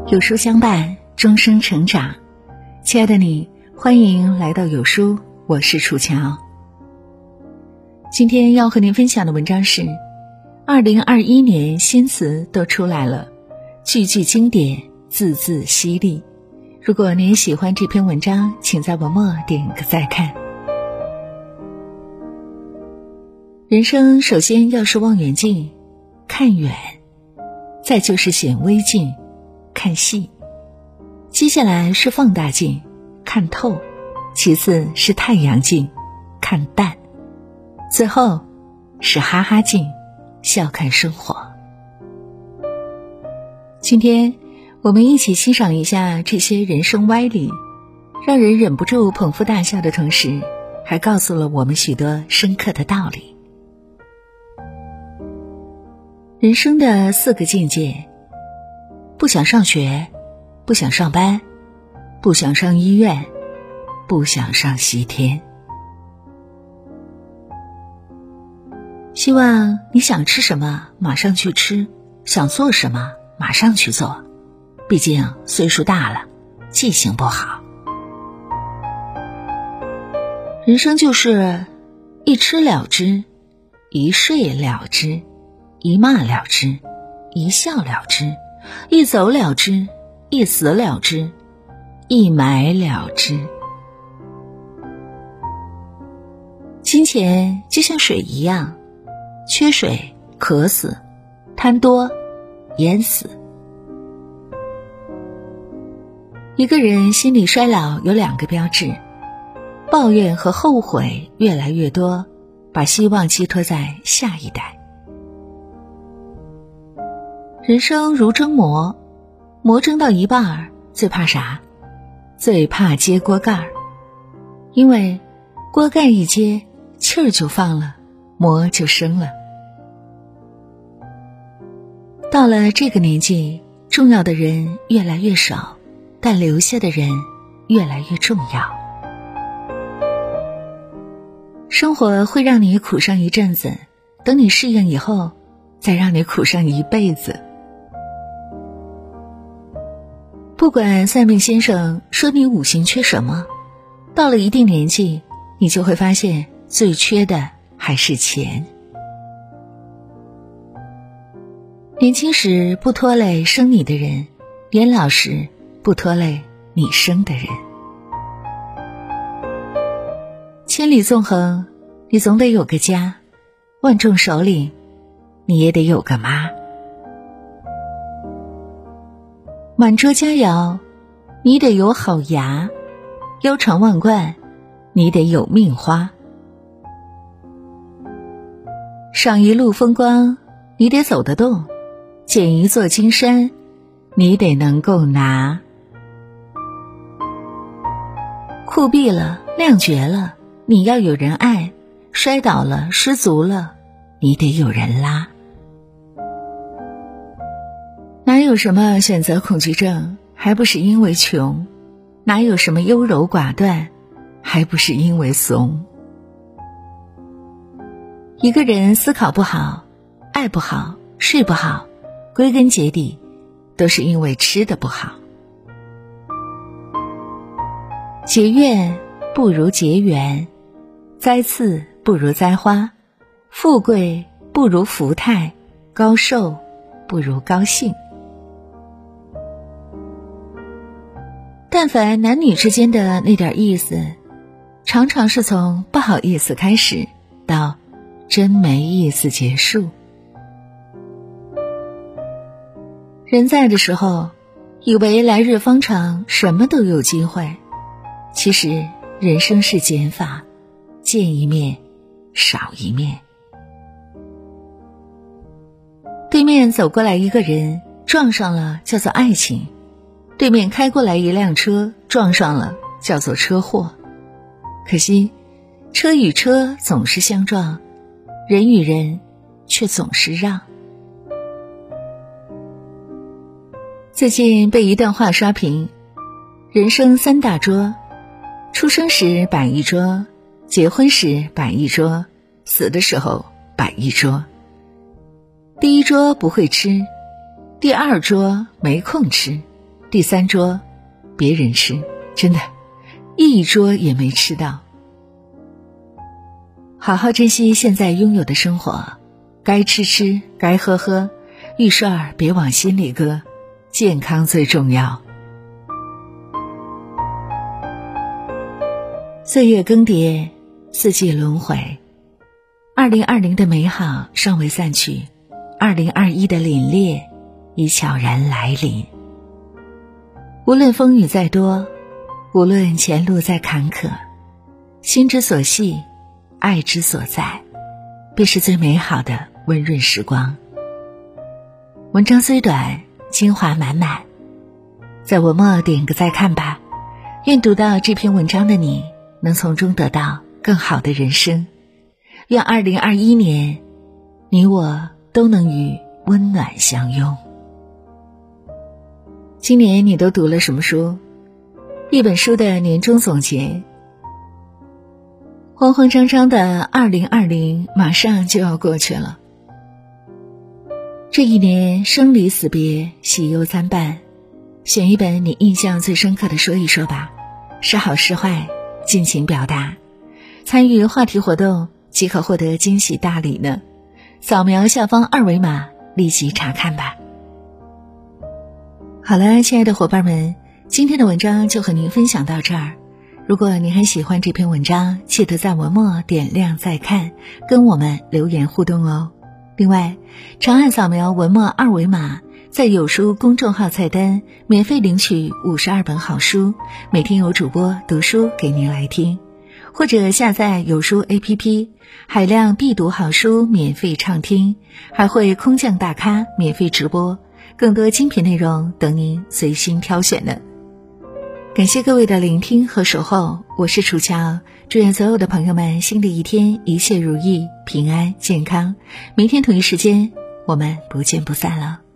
有书相伴，终生成长。亲爱的你，欢迎来到有书，我是楚乔。今天要和您分享的文章是2021年新词都出来了，句句经典，字字犀利。如果您喜欢这篇文章，请在文末点个再看。人生首先要是望远镜，看远，再就是显微镜，看细，接下来是放大镜，看透，其次是太阳镜，看淡，最后是哈哈镜，笑看生活。今天我们一起欣赏一下这些人生歪理，让人忍不住捧腹大笑的同时，还告诉了我们许多深刻的道理。人生的4个境界：不想上学，不想上班，不想上医院，不想上西天。希望你想吃什么马上去吃，想做什么马上去做，毕竟岁数大了，记性不好。人生就是一吃了之，一睡了之，一骂了之，一笑了之，一走了之，一死了之，一埋了之。金钱就像水一样，缺水渴死，贪多淹死。一个人心理衰老有2个标志：抱怨和后悔越来越多，把希望寄托在下一代。人生如蒸馍，馍蒸到一半，最怕啥？最怕揭锅盖，因为锅盖一揭，气儿就放了，馍就生了。到了这个年纪，重要的人越来越少，但留下的人越来越重要。生活会让你苦上一阵子，等你适应以后，再让你苦上一辈子。不管算命先生说你五行缺什么，到了一定年纪，你就会发现最缺的还是钱。年轻时不拖累生你的人，年老时不拖累你生的人。千里纵横，你总得有个家；万众首领，你也得有个妈。满桌佳肴，你得有好牙；腰缠万贯，你得有命花。赏一路风光，你得走得动；捡一座金山，你得能够拿。酷毙了，亮绝了，你要有人爱；摔倒了，失足了，你得有人拉。哪有什么选择恐惧症，还不是因为穷；哪有什么优柔寡断，还不是因为怂。一个人思考不好，爱不好，睡不好，归根结底都是因为吃的不好。结怨不如结缘，栽刺不如栽花，富贵不如福态，高寿不如高兴。但凡男女之间的那点意思，常常是从不好意思开始，到真没意思结束。人在的时候，以为来日方长，什么都有机会。其实人生是减法，见一面少一面。对面走过来一个人，撞上了叫做爱情；对面开过来一辆车，撞上了叫做车祸。可惜车与车总是相撞，人与人却总是让。最近被一段话刷屏：人生3大桌，出生时摆一桌，结婚时摆一桌，死的时候摆一桌。第一桌不会吃，第二桌没空吃， 第3桌别人吃，真的一桌也没吃到。好好珍惜现在拥有的生活，该吃吃，该喝喝，遇事儿别往心里搁，健康最重要。岁月更迭，四季轮回，2020的美好尚未散去，2021的凛冽已悄然来临。无论风雨再多，无论前路再坎坷，心之所系，爱之所在，便是最美好的温润时光。文章虽短，精华满满，在文末点个再看吧。愿读到这篇文章的你能从中得到更好的人生。愿2021年你我都能与温暖相拥。今年你都读了什么书？一本书的年终总结。慌慌张张的2020马上就要过去了。这一年生离死别，喜忧参半，选一本你印象最深刻的说一说吧，是好是坏尽情表达。参与话题活动即可获得惊喜大礼呢，扫描下方2维码立即查看吧。好了，亲爱的伙伴们，今天的文章就和您分享到这儿。如果你很喜欢这篇文章，记得在文末点亮再看，跟我们留言互动哦。另外，长按扫描文末2维码，在有书公众号菜单免费领取52本好书，每天有主播读书给您来听，或者下载有书 APP， 海量必读好书免费畅听，还会空降大咖免费直播，更多精品内容等您随心挑选呢。感谢各位的聆听和守候，我是楚乔，祝愿所有的朋友们新的一天一切如意，平安健康。明天同一时间我们不见不散了。